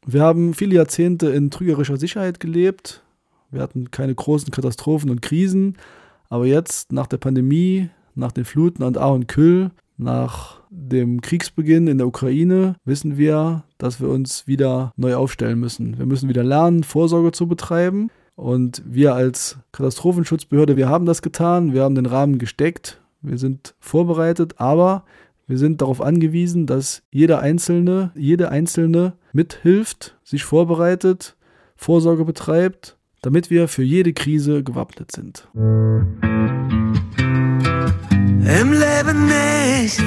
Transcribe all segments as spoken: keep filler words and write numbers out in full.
Wir haben viele Jahrzehnte in trügerischer Sicherheit gelebt. Wir hatten keine großen Katastrophen und Krisen. Aber jetzt, nach der Pandemie, nach den Fluten an Ahr und Kyll, nach dem Kriegsbeginn in der Ukraine, wissen wir, dass wir uns wieder neu aufstellen müssen. Wir müssen wieder lernen, Vorsorge zu betreiben. Und wir als Katastrophenschutzbehörde, wir haben das getan. Wir haben den Rahmen gesteckt. Wir sind vorbereitet, aber wir sind darauf angewiesen, dass jeder Einzelne, jede Einzelne mithilft, sich vorbereitet, Vorsorge betreibt, damit wir für jede Krise gewappnet sind. Im Leben nicht.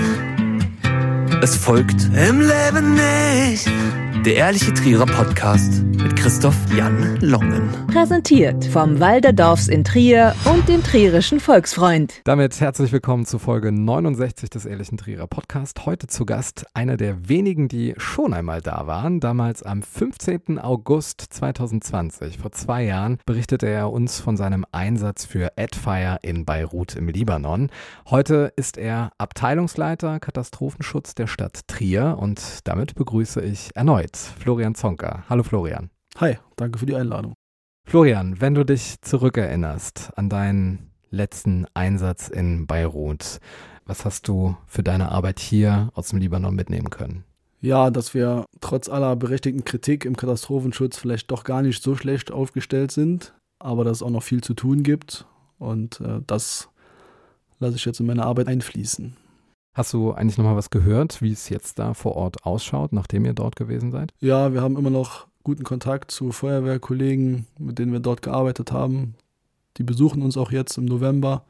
Es folgt Im Leben nicht. Der ehrliche Trierer Podcast mit Christoph Jan Longen. Präsentiert vom Walderdorfs in Trier und dem Trierischen Volksfreund. Damit herzlich willkommen zu Folge neunundsechzig des ehrlichen Trierer Podcast. Heute zu Gast einer der wenigen, die schon einmal da waren. Damals am fünfzehnten August zweitausendzwanzig, vor zwei Jahren, berichtete er uns von seinem Einsatz für Adfire in Beirut im Libanon. Heute ist er Abteilungsleiter Katastrophenschutz der Stadt Trier und damit begrüße ich erneut Florian Zonka. Hallo Florian. Hi, danke für die Einladung. Florian, wenn du dich zurückerinnerst an deinen letzten Einsatz in Beirut, was hast du für deine Arbeit hier aus dem Libanon mitnehmen können? Ja, dass wir trotz aller berechtigten Kritik im Katastrophenschutz vielleicht doch gar nicht so schlecht aufgestellt sind, aber dass es auch noch viel zu tun gibt und äh, das lasse ich jetzt in meine Arbeit einfließen. Hast du eigentlich nochmal was gehört, wie es jetzt da vor Ort ausschaut, nachdem ihr dort gewesen seid? Ja, wir haben immer noch guten Kontakt zu Feuerwehrkollegen, mit denen wir dort gearbeitet haben. Die besuchen uns auch jetzt im November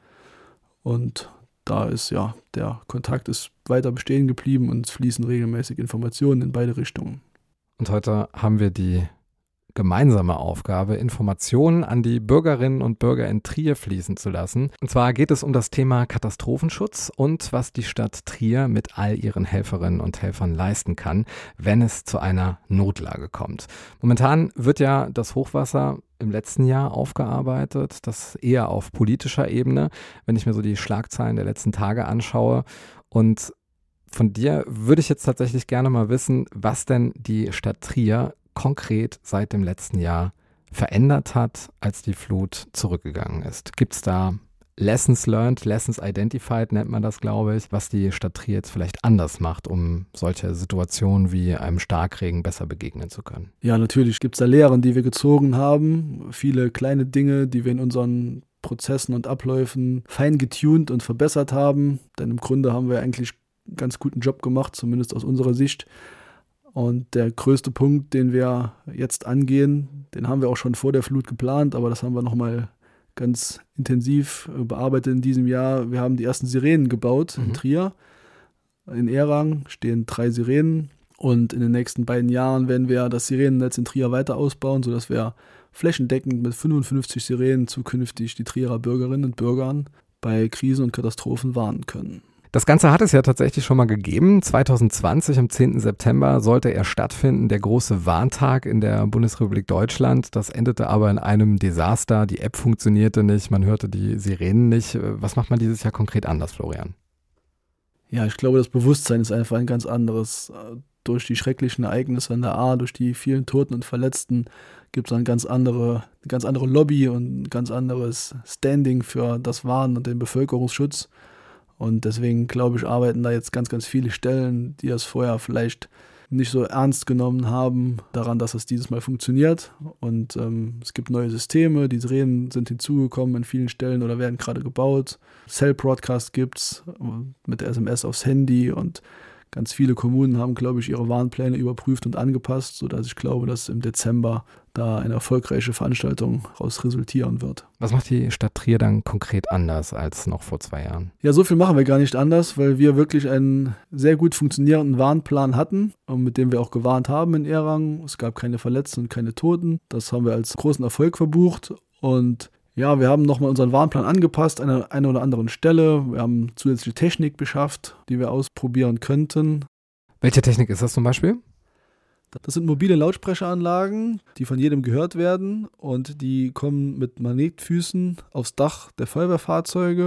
und da ist ja, der Kontakt ist weiter bestehen geblieben und es fließen regelmäßig Informationen in beide Richtungen. Und heute haben wir die gemeinsame Aufgabe, Informationen an die Bürgerinnen und Bürger in Trier fließen zu lassen. Und zwar geht es um das Thema Katastrophenschutz und was die Stadt Trier mit all ihren Helferinnen und Helfern leisten kann, wenn es zu einer Notlage kommt. Momentan wird ja das Hochwasser im letzten Jahr aufgearbeitet, das eher auf politischer Ebene, wenn ich mir so die Schlagzeilen der letzten Tage anschaue. Und von dir würde ich jetzt tatsächlich gerne mal wissen, was denn die Stadt Trier konkret seit dem letzten Jahr verändert hat, als die Flut zurückgegangen ist. Gibt es da Lessons learned, Lessons identified, nennt man das, glaube ich, was die Stadt Trier jetzt vielleicht anders macht, um solche Situationen wie einem Starkregen besser begegnen zu können? Ja, natürlich gibt es da Lehren, die wir gezogen haben, viele kleine Dinge, die wir in unseren Prozessen und Abläufen fein getuned und verbessert haben, denn im Grunde haben wir eigentlich einen ganz guten Job gemacht, zumindest aus unserer Sicht. Und der größte Punkt, den wir jetzt angehen, den haben wir auch schon vor der Flut geplant, aber das haben wir nochmal ganz intensiv bearbeitet in diesem Jahr. Wir haben die ersten Sirenen gebaut mhm. in Trier. In Ehrang stehen drei Sirenen und in den nächsten beiden Jahren werden wir das Sirenennetz in Trier weiter ausbauen, sodass wir flächendeckend mit fünfundfünfzig Sirenen zukünftig die Trierer Bürgerinnen und Bürgern bei Krisen und Katastrophen warnen können. Das Ganze hat es ja tatsächlich schon mal gegeben. zweitausendzwanzig, am zehnten September, sollte er stattfinden, der große Warntag in der Bundesrepublik Deutschland. Das endete aber in einem Desaster. Die App funktionierte nicht, man hörte die Sirenen nicht. Was macht man dieses Jahr konkret anders, Florian? Ja, ich glaube, das Bewusstsein ist einfach ein ganz anderes. Durch die schrecklichen Ereignisse an der Ahr, durch die vielen Toten und Verletzten gibt es eine ganz andere, eine ganz andere Lobby und ein ganz anderes Standing für das Warnen und den Bevölkerungsschutz. Und deswegen, glaube ich, arbeiten da jetzt ganz, ganz viele Stellen, die das vorher vielleicht nicht so ernst genommen haben, daran, dass es dieses Mal funktioniert. Und ähm, es gibt neue Systeme, die Sirenen sind hinzugekommen in vielen Stellen oder werden gerade gebaut. Cell-Broadcast gibt es mit der S M S aufs Handy und ganz viele Kommunen haben, glaube ich, ihre Warnpläne überprüft und angepasst, sodass ich glaube, dass im Dezember da eine erfolgreiche Veranstaltung daraus resultieren wird. Was macht die Stadt Trier dann konkret anders als noch vor zwei Jahren? Ja, so viel machen wir gar nicht anders, weil wir wirklich einen sehr gut funktionierenden Warnplan hatten, mit dem wir auch gewarnt haben in Ehrang. Es gab keine Verletzten und keine Toten. Das haben wir als großen Erfolg verbucht und ja, wir haben nochmal unseren Warnplan angepasst an einer, einer oder anderen Stelle. Wir haben zusätzliche Technik beschafft, die wir ausprobieren könnten. Welche Technik ist das zum Beispiel? Das sind mobile Lautsprecheranlagen, die von jedem gehört werden und die kommen mit Magnetfüßen aufs Dach der Feuerwehrfahrzeuge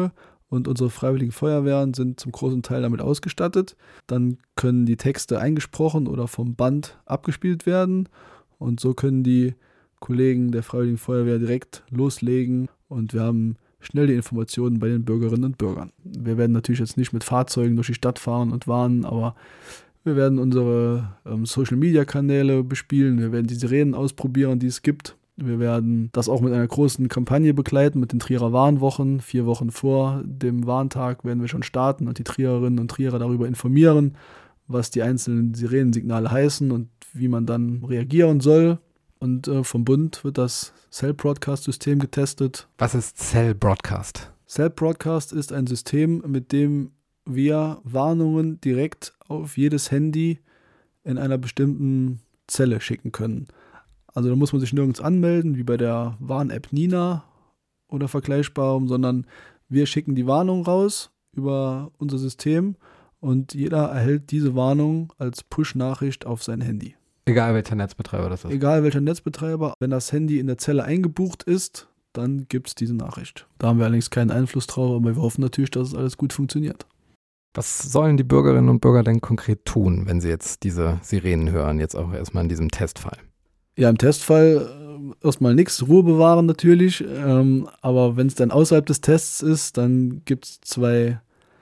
und unsere freiwilligen Feuerwehren sind zum großen Teil damit ausgestattet. Dann können die Texte eingesprochen oder vom Band abgespielt werden und so können die Kollegen der Freiwilligen Feuerwehr direkt loslegen und wir haben schnell die Informationen bei den Bürgerinnen und Bürgern. Wir werden natürlich jetzt nicht mit Fahrzeugen durch die Stadt fahren und warnen, aber wir werden unsere ähm, Social-Media-Kanäle bespielen, wir werden die Sirenen ausprobieren, die es gibt. Wir werden das auch mit einer großen Kampagne begleiten, mit den Trierer Warnwochen. Vier Wochen vor dem Warntag werden wir schon starten und die Trierinnen und Trierer darüber informieren, was die einzelnen Sirenensignale heißen und wie man dann reagieren soll. Und äh, vom Bund wird das Cell-Broadcast-System getestet. Was ist Cell-Broadcast? Cell-Broadcast ist ein System, mit dem wir Warnungen direkt auf jedes Handy in einer bestimmten Zelle schicken können. Also da muss man sich nirgends anmelden, wie bei der Warn-App Nina oder vergleichbarem, sondern wir schicken die Warnung raus über unser System und jeder erhält diese Warnung als Push-Nachricht auf sein Handy. Egal welcher Netzbetreiber das ist. Egal welcher Netzbetreiber, wenn das Handy in der Zelle eingebucht ist, dann gibt es diese Nachricht. Da haben wir allerdings keinen Einfluss drauf, aber wir hoffen natürlich, dass es alles gut funktioniert. Was sollen die Bürgerinnen und Bürger denn konkret tun, wenn sie jetzt diese Sirenen hören, jetzt auch erstmal in diesem Testfall? Ja, im Testfall äh, erstmal nichts, Ruhe bewahren natürlich, ähm, aber wenn es dann außerhalb des Tests ist, dann gibt es zwei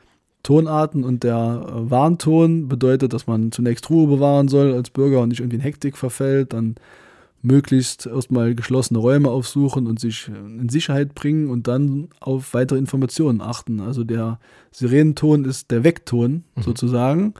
Tonarten und der äh, Warnton bedeutet, dass man zunächst Ruhe bewahren soll als Bürger und nicht irgendwie in Hektik verfällt, dann möglichst erstmal geschlossene Räume aufsuchen und sich in Sicherheit bringen und dann auf weitere Informationen achten. Also der Sirenenton ist der Weckton mhm. sozusagen,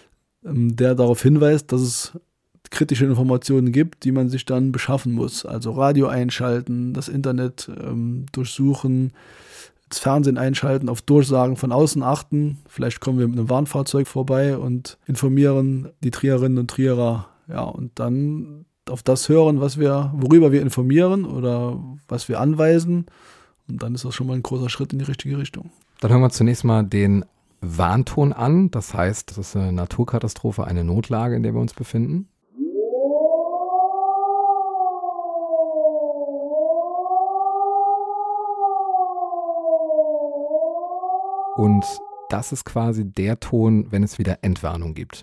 ähm, der darauf hinweist, dass es kritische Informationen gibt, die man sich dann beschaffen muss. Also Radio einschalten, das Internet ähm, durchsuchen, das Fernsehen einschalten, auf Durchsagen von außen achten. Vielleicht kommen wir mit einem Warnfahrzeug vorbei und informieren die Trierinnen und Trierer. Ja, und dann auf das hören, was wir, worüber wir informieren oder was wir anweisen. Und dann ist das schon mal ein großer Schritt in die richtige Richtung. Dann hören wir zunächst mal den Warnton an. Das heißt, das ist eine Naturkatastrophe, eine Notlage, in der wir uns befinden. Und das ist quasi der Ton, wenn es wieder Entwarnung gibt.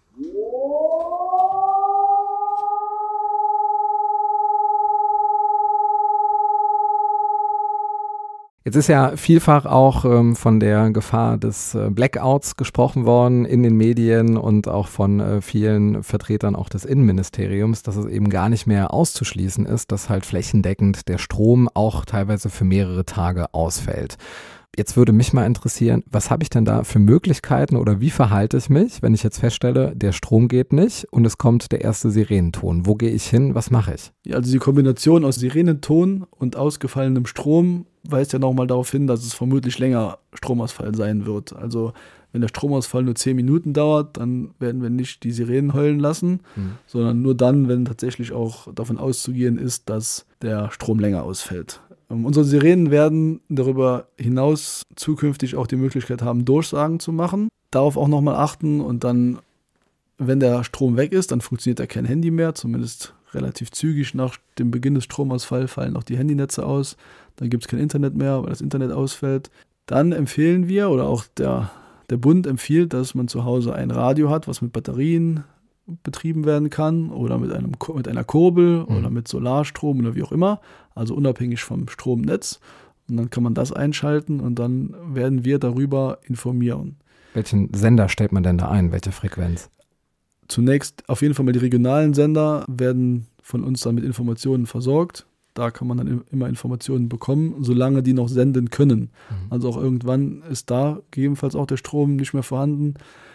Jetzt ist ja vielfach auch ähm, von der Gefahr des äh, Blackouts gesprochen worden in den Medien und auch von äh, vielen Vertretern auch des Innenministeriums, dass es eben gar nicht mehr auszuschließen ist, dass halt flächendeckend der Strom auch teilweise für mehrere Tage ausfällt. Jetzt würde mich mal interessieren, was habe ich denn da für Möglichkeiten oder wie verhalte ich mich, wenn ich jetzt feststelle, der Strom geht nicht und es kommt der erste Sirenenton. Wo gehe ich hin? Was mache ich? Ja, also die Kombination aus Sirenenton und ausgefallenem Strom weist ja nochmal darauf hin, dass es vermutlich länger Stromausfall sein wird. Also wenn der Stromausfall nur zehn Minuten dauert, dann werden wir nicht die Sirenen heulen lassen, mhm. sondern nur dann, wenn tatsächlich auch davon auszugehen ist, dass der Strom länger ausfällt. Um, unsere Sirenen werden darüber hinaus zukünftig auch die Möglichkeit haben, Durchsagen zu machen. Darauf auch nochmal achten und dann, wenn der Strom weg ist, dann funktioniert ja kein Handy mehr, zumindest relativ zügig nach dem Beginn des Stromausfalls fallen auch die Handynetze aus. Dann gibt es kein Internet mehr, weil das Internet ausfällt. Dann empfehlen wir, oder auch der, der Bund empfiehlt, dass man zu Hause ein Radio hat, was mit Batterien betrieben werden kann oder mit, einem, mit einer Kurbel mhm. oder mit Solarstrom oder wie auch immer, also unabhängig vom Stromnetz. Und dann kann man das einschalten und dann werden wir darüber informieren. Welchen Sender stellt man denn da ein? Welche Frequenz? Zunächst auf jeden Fall mal die regionalen Sender werden von uns dann mit Informationen versorgt. Da kann man dann immer Informationen bekommen, solange die noch senden können. Mhm. Also auch irgendwann ist da gegebenenfalls auch der Strom nicht mehr vorhanden.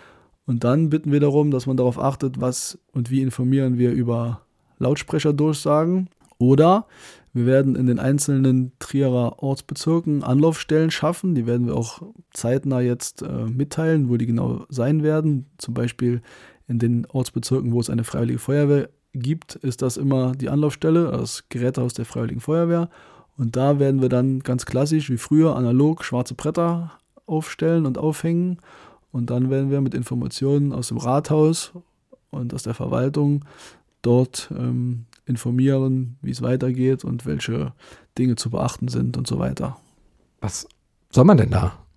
Und dann bitten wir darum, dass man darauf achtet, was und wie informieren wir über Lautsprecherdurchsagen. Oder wir werden in den einzelnen Trierer Ortsbezirken Anlaufstellen schaffen. Die werden wir auch zeitnah jetzt äh, mitteilen, wo die genau sein werden. Zum Beispiel in den Ortsbezirken, wo es eine Freiwillige Feuerwehr gibt, ist das immer die Anlaufstelle, das Gerätehaus der Freiwilligen Feuerwehr. Und da werden wir dann ganz klassisch wie früher analog schwarze Bretter aufstellen und aufhängen. Und dann werden wir mit Informationen aus dem Rathaus und aus der Verwaltung dort ähm, informieren, wie es weitergeht und welche Dinge zu beachten sind und so weiter. Was soll man denn da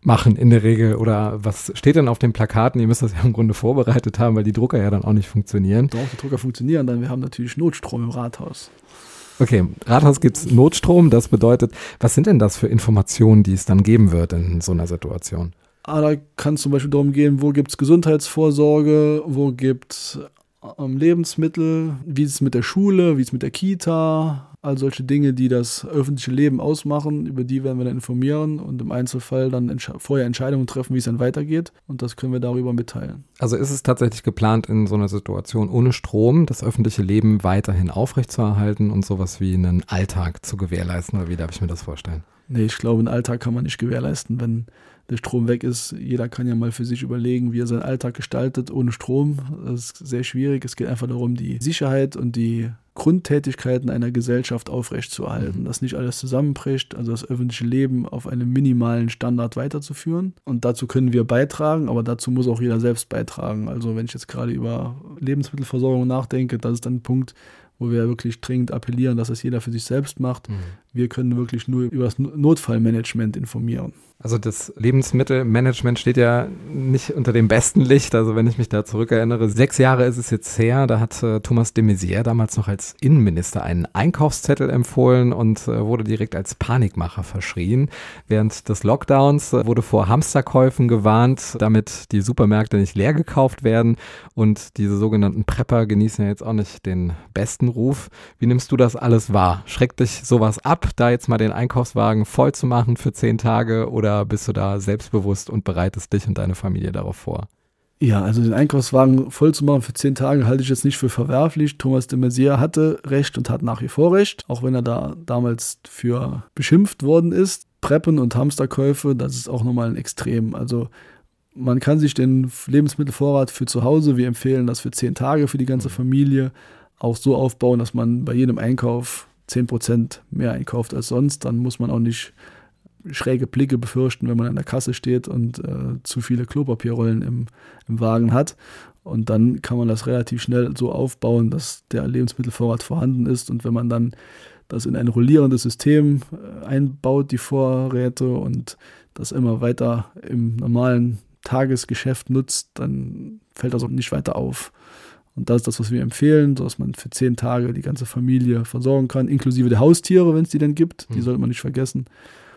machen in der Regel? Oder was steht denn auf den Plakaten? Ihr müsst das ja im Grunde vorbereitet haben, weil die Drucker ja dann auch nicht funktionieren. Doch, die Drucker funktionieren dann. Wir haben natürlich Notstrom im Rathaus. Okay, im Rathaus gibt es Notstrom. Das bedeutet, was sind denn das für Informationen, die es dann geben wird in so einer Situation? Ah, da kann es zum Beispiel darum gehen, wo gibt es Gesundheitsvorsorge, wo gibt es ähm, Lebensmittel, wie ist es mit der Schule, wie ist es mit der Kita, all solche Dinge, die das öffentliche Leben ausmachen, über die werden wir dann informieren und im Einzelfall dann entsch- vorher Entscheidungen treffen, wie es dann weitergeht und das können wir darüber mitteilen. Also ist es tatsächlich geplant, in so einer Situation ohne Strom das öffentliche Leben weiterhin aufrechtzuerhalten und sowas wie einen Alltag zu gewährleisten, oder wie darf ich mir das vorstellen? Nee, ich glaube, einen Alltag kann man nicht gewährleisten, wenn der Strom weg ist. Jeder kann ja mal für sich überlegen, wie er seinen Alltag gestaltet ohne Strom. Das ist sehr schwierig. Es geht einfach darum, die Sicherheit und die Grundtätigkeiten einer Gesellschaft aufrechtzuerhalten, mhm. dass nicht alles zusammenbricht, also das öffentliche Leben auf einem minimalen Standard weiterzuführen. Und dazu können wir beitragen, aber dazu muss auch jeder selbst beitragen. Also wenn ich jetzt gerade über Lebensmittelversorgung nachdenke, das ist dann ein Punkt, wo wir wirklich dringend appellieren, dass das jeder für sich selbst macht. Mhm. Wir können wirklich nur über das Notfallmanagement informieren. Also das Lebensmittelmanagement steht ja nicht unter dem besten Licht. Also wenn ich mich da zurückerinnere, sechs Jahre ist es jetzt her, da hat äh, Thomas de Maizière damals noch als Innenminister einen Einkaufszettel empfohlen und äh, wurde direkt als Panikmacher verschrien. Während des Lockdowns äh, wurde vor Hamsterkäufen gewarnt, damit die Supermärkte nicht leer gekauft werden. Und diese sogenannten Prepper genießen ja jetzt auch nicht den besten Ruf. Wie nimmst du das alles wahr? Schreckt dich sowas ab, da jetzt mal den Einkaufswagen voll zu machen für zehn Tage, oder bist du da selbstbewusst und bereitest dich und deine Familie darauf vor? Ja, also den Einkaufswagen voll zu machen für zehn Tage halte ich jetzt nicht für verwerflich. Thomas de Maizière hatte Recht und hat nach wie vor Recht, auch wenn er da damals für beschimpft worden ist. Preppen und Hamsterkäufe, das ist auch nochmal ein Extrem. Also man kann sich den Lebensmittelvorrat für zu Hause, wir empfehlen das für zehn Tage für die ganze Familie, auch so aufbauen, dass man bei jedem Einkauf zehn Prozent mehr einkauft als sonst. Dann muss man auch nicht schräge Blicke befürchten, wenn man an der Kasse steht und äh, zu viele Klopapierrollen im, im Wagen hat. Und dann kann man das relativ schnell so aufbauen, dass der Lebensmittelvorrat vorhanden ist. Und wenn man dann das in ein rollierendes System äh, einbaut, die Vorräte, und das immer weiter im normalen Tagesgeschäft nutzt, dann fällt das auch nicht weiter auf. Und das ist das, was wir empfehlen, sodass man für zehn Tage die ganze Familie versorgen kann, inklusive der Haustiere, wenn es die denn gibt. Die sollte man nicht vergessen.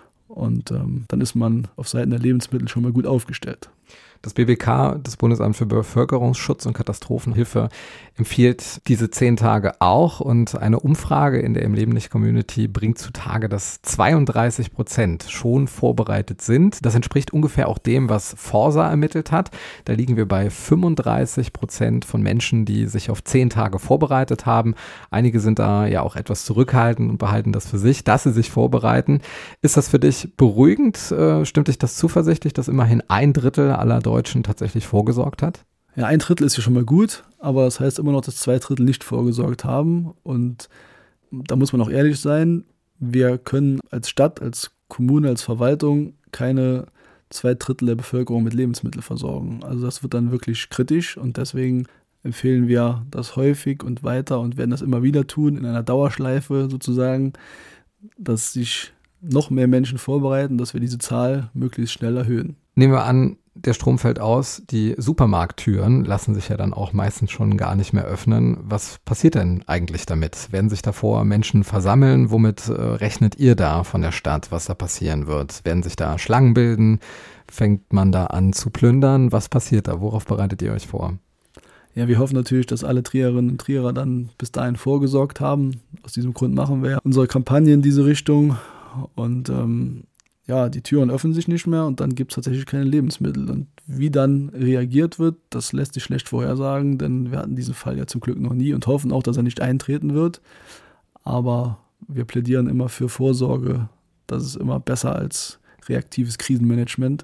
Und ähm, dann ist man auf Seiten der Lebensmittel schon mal gut aufgestellt. Das B B K, das Bundesamt für Bevölkerungsschutz und Katastrophenhilfe, empfiehlt diese zehn Tage auch. Und eine Umfrage in der Im Leben nicht Community bringt zutage, dass zweiunddreißig Prozent schon vorbereitet sind. Das entspricht ungefähr auch dem, was Forsa ermittelt hat. Da liegen wir bei fünfunddreißig Prozent von Menschen, die sich auf zehn Tage vorbereitet haben. Einige sind da ja auch etwas zurückhaltend und behalten das für sich, dass sie sich vorbereiten. Ist das für dich beruhigend? Äh, stimmt dich das zuversichtlich, dass immerhin ein Drittel aller Deutschen tatsächlich vorgesorgt hat? Ja, ein Drittel ist ja schon mal gut, aber das heißt immer noch, dass zwei Drittel nicht vorgesorgt haben. Und da muss man auch ehrlich sein, wir können als Stadt, als Kommune, als Verwaltung keine zwei Drittel der Bevölkerung mit Lebensmitteln versorgen. Also das wird dann wirklich kritisch und deswegen empfehlen wir das häufig und weiter und werden das immer wieder tun, in einer Dauerschleife sozusagen, dass sich noch mehr Menschen vorbereiten, dass wir diese Zahl möglichst schnell erhöhen. Nehmen wir an, der Strom fällt aus, die Supermarkttüren lassen sich ja dann auch meistens schon gar nicht mehr öffnen. Was passiert denn eigentlich damit? Werden sich davor Menschen versammeln? Womit äh, rechnet ihr da von der Stadt, was da passieren wird? Werden sich da Schlangen bilden? Fängt man da an zu plündern? Was passiert da? Worauf bereitet ihr euch vor? Ja, wir hoffen natürlich, dass alle Trierinnen und Trierer dann bis dahin vorgesorgt haben. Aus diesem Grund machen wir unsere Kampagne in diese Richtung und ähm, ja, die Türen öffnen sich nicht mehr und dann gibt es tatsächlich keine Lebensmittel. Und wie dann reagiert wird, das lässt sich schlecht vorhersagen, denn wir hatten diesen Fall ja zum Glück noch nie und hoffen auch, dass er nicht eintreten wird. Aber wir plädieren immer für Vorsorge. Das ist immer besser als reaktives Krisenmanagement.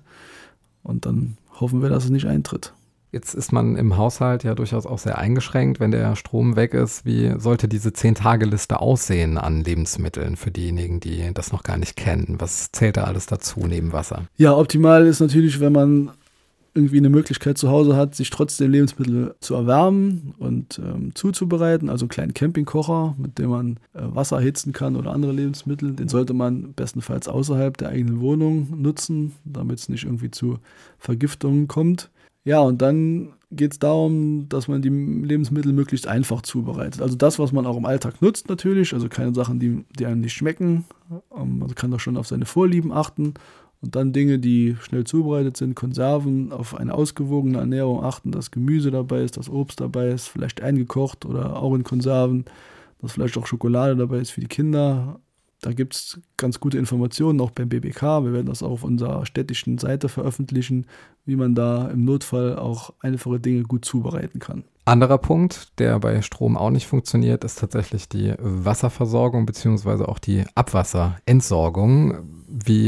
Und dann hoffen wir, dass es nicht eintritt. Jetzt ist man im Haushalt ja durchaus auch sehr eingeschränkt, wenn der Strom weg ist. Wie sollte diese zehn-Tage-Liste aussehen an Lebensmitteln für diejenigen, die das noch gar nicht kennen? Was zählt da alles dazu neben Wasser? Ja, optimal ist natürlich, wenn man irgendwie eine Möglichkeit zu Hause hat, sich trotzdem Lebensmittel zu erwärmen und ähm, zuzubereiten, also einen kleinen Campingkocher, mit dem man äh, Wasser erhitzen kann oder andere Lebensmittel, den sollte man bestenfalls außerhalb der eigenen Wohnung nutzen, damit es nicht irgendwie zu Vergiftungen kommt. Ja, und dann geht es darum, dass man die Lebensmittel möglichst einfach zubereitet. Also das, was man auch im Alltag nutzt natürlich, also keine Sachen, die, die einem nicht schmecken. Ähm, also kann doch schon auf seine Vorlieben achten. Und dann Dinge, die schnell zubereitet sind, Konserven, auf eine ausgewogene Ernährung achten, dass Gemüse dabei ist, dass Obst dabei ist, vielleicht eingekocht oder auch in Konserven, dass vielleicht auch Schokolade dabei ist für die Kinder. Da gibt es ganz gute Informationen, auch beim B B K. Wir werden das auch auf unserer städtischen Seite veröffentlichen, wie man da im Notfall auch einfache Dinge gut zubereiten kann. Anderer Punkt, der bei Strom auch nicht funktioniert, ist tatsächlich die Wasserversorgung beziehungsweise auch die Abwasserentsorgung. Wie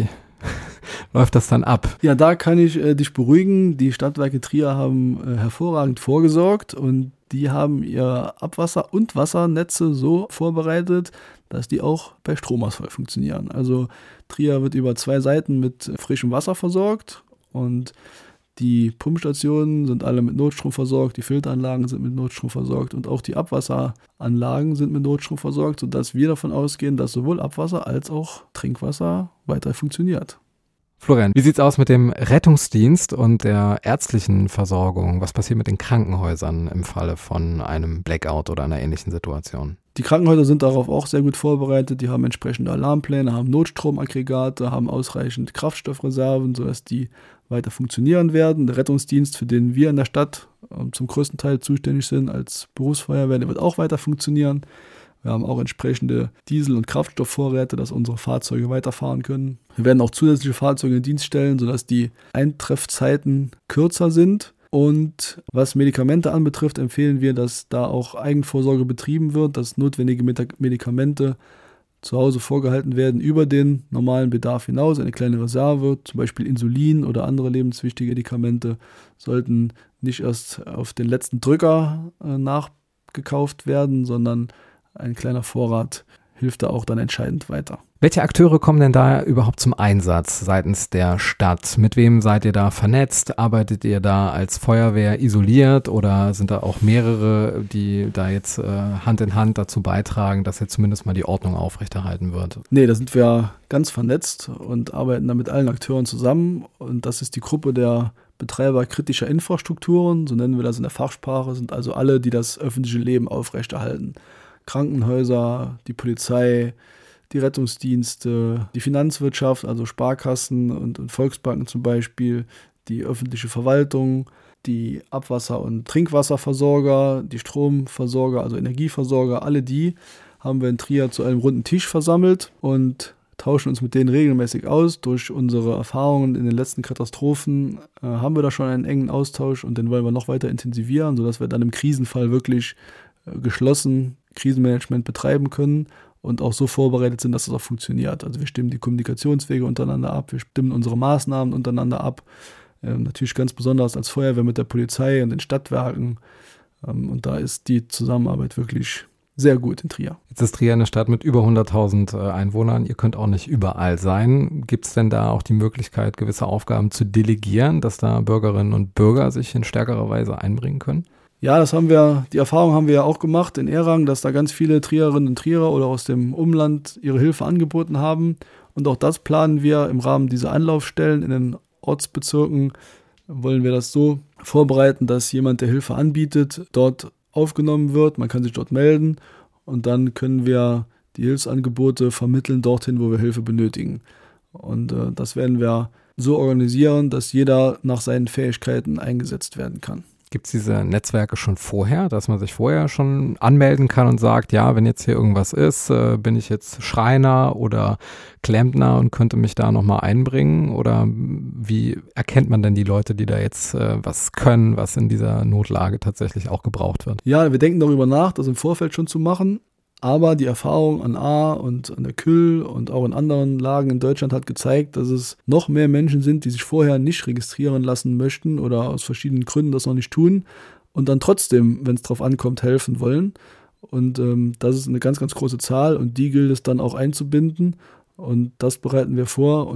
läuft das dann ab? Ja, da kann ich äh, dich beruhigen. Die Stadtwerke Trier haben äh, hervorragend vorgesorgt und die haben ihr Abwasser- und Wassernetze so vorbereitet, dass die auch bei Stromausfall funktionieren. Also Trier wird über zwei Seiten mit frischem Wasser versorgt und die Pumpstationen sind alle mit Notstrom versorgt, die Filteranlagen sind mit Notstrom versorgt und auch die Abwasseranlagen sind mit Notstrom versorgt, sodass wir davon ausgehen, dass sowohl Abwasser als auch Trinkwasser weiter funktioniert. Florian, wie sieht's aus mit dem Rettungsdienst und der ärztlichen Versorgung? Was passiert mit den Krankenhäusern im Falle von einem Blackout oder einer ähnlichen Situation? Die Krankenhäuser sind darauf auch sehr gut vorbereitet. Die haben entsprechende Alarmpläne, haben Notstromaggregate, haben ausreichend Kraftstoffreserven, sodass die weiter funktionieren werden. Der Rettungsdienst, für den wir in der Stadt äh, zum größten Teil zuständig sind als Berufsfeuerwehr, der wird auch weiter funktionieren. Wir haben auch entsprechende Diesel- und Kraftstoffvorräte, dass unsere Fahrzeuge weiterfahren können. Wir werden auch zusätzliche Fahrzeuge in Dienst stellen, sodass die Eintreffzeiten kürzer sind. Und was Medikamente anbetrifft, empfehlen wir, dass da auch Eigenvorsorge betrieben wird, dass notwendige Medikamente zu Hause vorgehalten werden über den normalen Bedarf hinaus. Eine kleine Reserve, zum Beispiel Insulin oder andere lebenswichtige Medikamente, sollten nicht erst auf den letzten Drücker äh, nachgekauft werden, sondern ein kleiner Vorrat hilft da auch dann entscheidend weiter. Welche Akteure kommen denn da überhaupt zum Einsatz seitens der Stadt? Mit wem seid ihr da vernetzt? Arbeitet ihr da als Feuerwehr isoliert oder sind da auch mehrere, die da jetzt äh, Hand in Hand dazu beitragen, dass jetzt zumindest mal die Ordnung aufrechterhalten wird? Nee, da sind wir ganz vernetzt und arbeiten da mit allen Akteuren zusammen. Und das ist die Gruppe der Betreiber kritischer Infrastrukturen, so nennen wir das in der Fachsprache, sind also alle, die das öffentliche Leben aufrechterhalten. Krankenhäuser, die Polizei, die Rettungsdienste, die Finanzwirtschaft, also Sparkassen und, und Volksbanken zum Beispiel, die öffentliche Verwaltung, die Abwasser- und Trinkwasserversorger, die Stromversorger, also Energieversorger, alle die haben wir in Trier zu einem runden Tisch versammelt und tauschen uns mit denen regelmäßig aus. Durch unsere Erfahrungen in den letzten Katastrophen äh, haben wir da schon einen engen Austausch und den wollen wir noch weiter intensivieren, sodass wir dann im Krisenfall wirklich äh, geschlossen Krisenmanagement betreiben können und auch so vorbereitet sind, dass es auch funktioniert. Also wir stimmen die Kommunikationswege untereinander ab, wir stimmen unsere Maßnahmen untereinander ab. Ähm, natürlich ganz besonders als Feuerwehr mit der Polizei und den Stadtwerken. Ähm, und da ist die Zusammenarbeit wirklich sehr gut in Trier. Jetzt ist Trier eine Stadt mit über hunderttausend äh, Einwohnern. Ihr könnt auch nicht überall sein. Gibt es denn da auch die Möglichkeit, gewisse Aufgaben zu delegieren, dass da Bürgerinnen und Bürger sich in stärkerer Weise einbringen können? Ja, das haben wir, die Erfahrung haben wir ja auch gemacht in Errang, dass da ganz viele Trierinnen und Trierer oder aus dem Umland ihre Hilfe angeboten haben. Und auch das planen wir im Rahmen dieser Anlaufstellen in den Ortsbezirken. Wollen wir das so vorbereiten, dass jemand, der Hilfe anbietet, dort aufgenommen wird. Man kann sich dort melden und dann können wir die Hilfsangebote vermitteln dorthin, wo wir Hilfe benötigen. Und äh, das werden wir so organisieren, dass jeder nach seinen Fähigkeiten eingesetzt werden kann. Gibt es diese Netzwerke schon vorher, dass man sich vorher schon anmelden kann und sagt, ja, wenn jetzt hier irgendwas ist, äh, bin ich jetzt Schreiner oder Klempner und könnte mich da nochmal einbringen? Oder wie erkennt man denn die Leute, die da jetzt äh, was können, was in dieser Notlage tatsächlich auch gebraucht wird? Ja, wir denken darüber nach, das im Vorfeld schon zu machen. Aber die Erfahrung an A und an der Kühl und auch in anderen Lagen in Deutschland hat gezeigt, dass es noch mehr Menschen sind, die sich vorher nicht registrieren lassen möchten oder aus verschiedenen Gründen das noch nicht tun und dann trotzdem, wenn es drauf ankommt, helfen wollen. Und ähm, das ist eine ganz, ganz große Zahl und die gilt es dann auch einzubinden und das bereiten wir vor und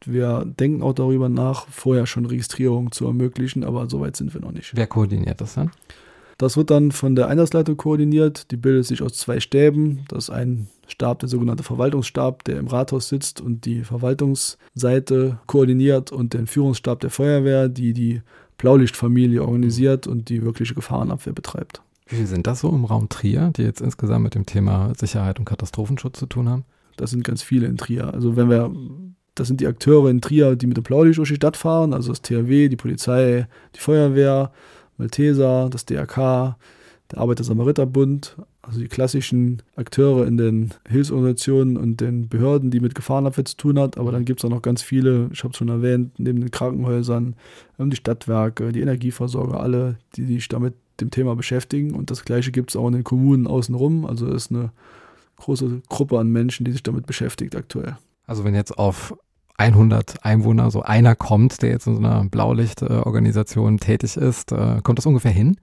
wir denken auch darüber nach, vorher schon Registrierung zu ermöglichen, aber so weit sind wir noch nicht. Wer koordiniert das dann? Das wird dann von der Einsatzleitung koordiniert. Die bildet sich aus zwei Stäben. Das ist ein Stab, der sogenannte Verwaltungsstab, der im Rathaus sitzt und die Verwaltungsseite koordiniert, und den Führungsstab der Feuerwehr, die die Blaulichtfamilie organisiert und die wirkliche Gefahrenabwehr betreibt. Wie viele sind das so im Raum Trier, die jetzt insgesamt mit dem Thema Sicherheit und Katastrophenschutz zu tun haben? Das sind ganz viele in Trier. Also wenn wir, das sind die Akteure in Trier, die mit dem Blaulicht durch die Stadt fahren, also das T H W, die Polizei, die Feuerwehr, Malteser, das D R K, der Arbeiter-Samariter-Bund, also die klassischen Akteure in den Hilfsorganisationen und den Behörden, die mit Gefahrenabwehr zu tun hat. Aber dann gibt es auch noch ganz viele, ich habe es schon erwähnt, neben den Krankenhäusern, die Stadtwerke, die Energieversorger, alle, die sich damit dem Thema beschäftigen. Und das Gleiche gibt es auch in den Kommunen außenrum. Also es ist eine große Gruppe an Menschen, die sich damit beschäftigt aktuell. Also wenn jetzt auf hundert Einwohner so einer kommt, der jetzt in so einer Blaulichtorganisation tätig ist, äh, kommt das ungefähr hin?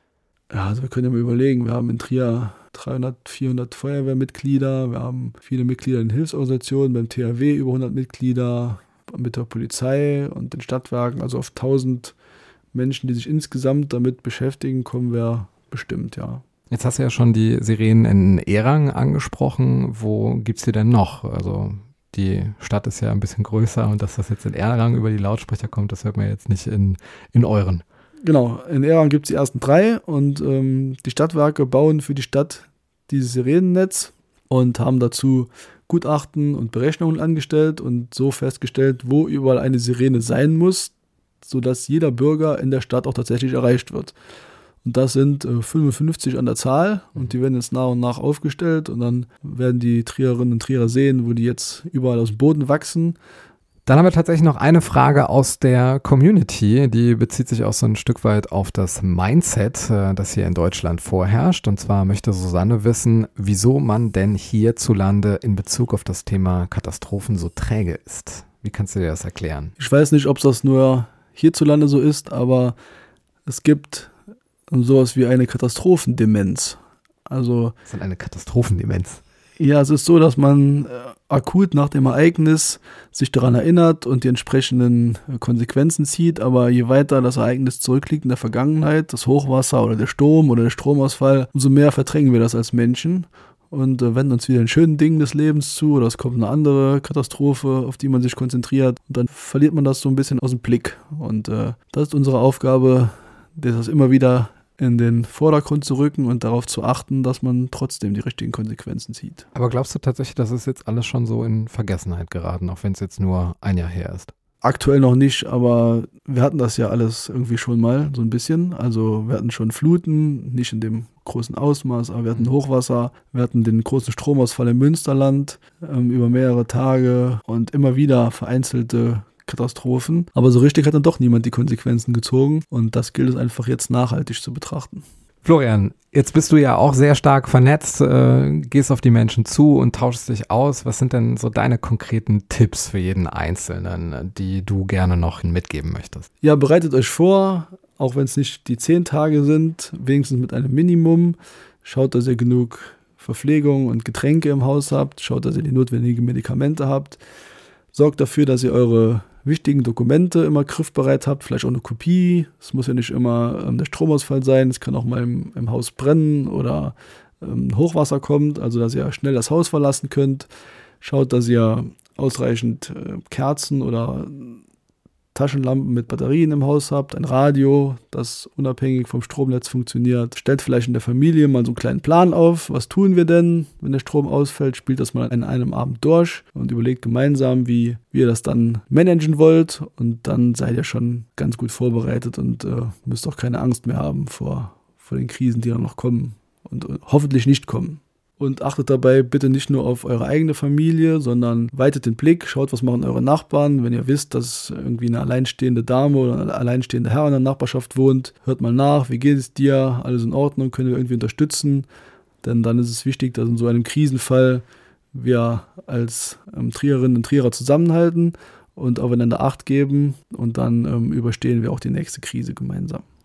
Ja, also wir können ja mal überlegen, wir haben in Trier dreihundert, vierhundert Feuerwehrmitglieder, wir haben viele Mitglieder in Hilfsorganisationen, beim T H W über hundert Mitglieder, mit der Polizei und den Stadtwerken, also auf tausend Menschen, die sich insgesamt damit beschäftigen, kommen wir bestimmt, ja. Jetzt hast du ja schon die Sirenen in Erang angesprochen. Wo gibt's die denn noch? Also die Stadt ist ja ein bisschen größer, und dass das jetzt in Erang über die Lautsprecher kommt, das hört man jetzt nicht in, in euren. Genau, in Erang gibt es die ersten drei, und ähm, die Stadtwerke bauen für die Stadt dieses Sirenennetz und haben dazu Gutachten und Berechnungen angestellt und so festgestellt, wo überall eine Sirene sein muss, sodass jeder Bürger in der Stadt auch tatsächlich erreicht wird. Und das sind äh, fünfundfünfzig an der Zahl, und die werden jetzt nach und nach aufgestellt, und dann werden die Trierinnen und Trierer sehen, wo die jetzt überall aus dem Boden wachsen. Dann haben wir tatsächlich noch eine Frage aus der Community, die bezieht sich auch so ein Stück weit auf das Mindset, äh, das hier in Deutschland vorherrscht. Und zwar möchte Susanne wissen, wieso man denn hierzulande in Bezug auf das Thema Katastrophen so träge ist. Wie kannst du dir das erklären? Ich weiß nicht, ob das nur hierzulande so ist, aber es gibt sowas wie eine Katastrophendemenz. Also, das ist eine Katastrophendemenz. Ja, es ist so, dass man äh, akut nach dem Ereignis sich daran erinnert und die entsprechenden äh, Konsequenzen zieht, aber je weiter das Ereignis zurückliegt in der Vergangenheit, das Hochwasser oder der Sturm oder der Stromausfall, umso mehr verdrängen wir das als Menschen und äh, wenden uns wieder den schönen Dingen des Lebens zu, oder es kommt eine andere Katastrophe, auf die man sich konzentriert, und dann verliert man das so ein bisschen aus dem Blick. Und äh, das ist unsere Aufgabe, das immer wieder in den Vordergrund zu rücken und darauf zu achten, dass man trotzdem die richtigen Konsequenzen zieht. Aber glaubst du tatsächlich, dass es jetzt alles schon so in Vergessenheit geraten, auch wenn es jetzt nur ein Jahr her ist? Aktuell noch nicht, aber wir hatten das ja alles irgendwie schon mal so ein bisschen. Also wir hatten schon Fluten, nicht in dem großen Ausmaß, aber wir hatten Hochwasser, wir hatten den großen Stromausfall im Münsterland ähm, über mehrere Tage und immer wieder vereinzelte Katastrophen. Aber so richtig hat dann doch niemand die Konsequenzen gezogen, und das gilt es einfach jetzt nachhaltig zu betrachten. Florian, jetzt bist du ja auch sehr stark vernetzt, äh, gehst auf die Menschen zu und tauschst dich aus. Was sind denn so deine konkreten Tipps für jeden Einzelnen, die du gerne noch mitgeben möchtest? Ja, bereitet euch vor, auch wenn es nicht die zehn Tage sind, wenigstens mit einem Minimum. Schaut, dass ihr genug Verpflegung und Getränke im Haus habt. Schaut, dass ihr die notwendigen Medikamente habt. Sorgt dafür, dass ihr eure wichtigen Dokumente immer griffbereit habt, vielleicht auch eine Kopie. Es muss ja nicht immer ähm, der Stromausfall sein, es kann auch mal im, im Haus brennen oder ähm, Hochwasser kommt, also dass ihr schnell das Haus verlassen könnt. Schaut, dass ihr ausreichend äh, Kerzen oder Taschenlampen mit Batterien im Haus habt, ein Radio, das unabhängig vom Stromnetz funktioniert. Stellt vielleicht in der Familie mal so einen kleinen Plan auf. Was tun wir denn, wenn der Strom ausfällt? Spielt das mal an einem Abend durch und überlegt gemeinsam, wie, wie ihr das dann managen wollt. Und dann seid ihr schon ganz gut vorbereitet und äh, müsst auch keine Angst mehr haben vor, vor den Krisen, die dann noch kommen und äh, hoffentlich nicht kommen. Und achtet dabei bitte nicht nur auf eure eigene Familie, sondern weitet den Blick, schaut, was machen eure Nachbarn. Wenn ihr wisst, dass irgendwie eine alleinstehende Dame oder ein alleinstehender Herr in der Nachbarschaft wohnt, hört mal nach, wie geht es dir, alles in Ordnung, können wir irgendwie unterstützen. Denn dann ist es wichtig, dass in so einem Krisenfall wir als ähm, Trierinnen und Trierer zusammenhalten und aufeinander Acht geben, und dann ähm, überstehen wir auch die nächste Krise gemeinsam.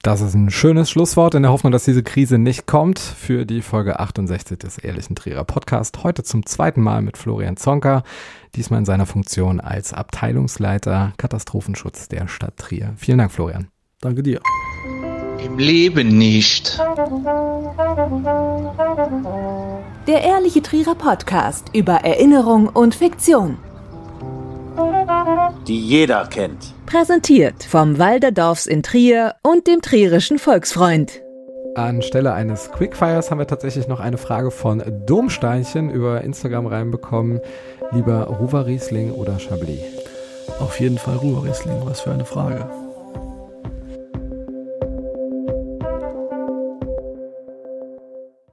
Das ist ein schönes Schlusswort in der Hoffnung, dass diese Krise nicht kommt für die Folge achtundsechzig des Ehrlichen Trierer Podcast. Heute zum zweiten Mal mit Florian Zonka, diesmal in seiner Funktion als Abteilungsleiter Katastrophenschutz der Stadt Trier. Vielen Dank, Florian. Danke dir. Im Leben nicht. Der Ehrliche Trierer Podcast über Erinnerung und Fiktion. Die jeder kennt. Präsentiert vom Walderdorfs in Trier und dem Trierischen Volksfreund. Anstelle eines Quickfires haben wir tatsächlich noch eine Frage von Domsteinchen über Instagram reinbekommen. Lieber Ruwer Riesling oder Chablis? Auf jeden Fall Ruwer Riesling, was für eine Frage.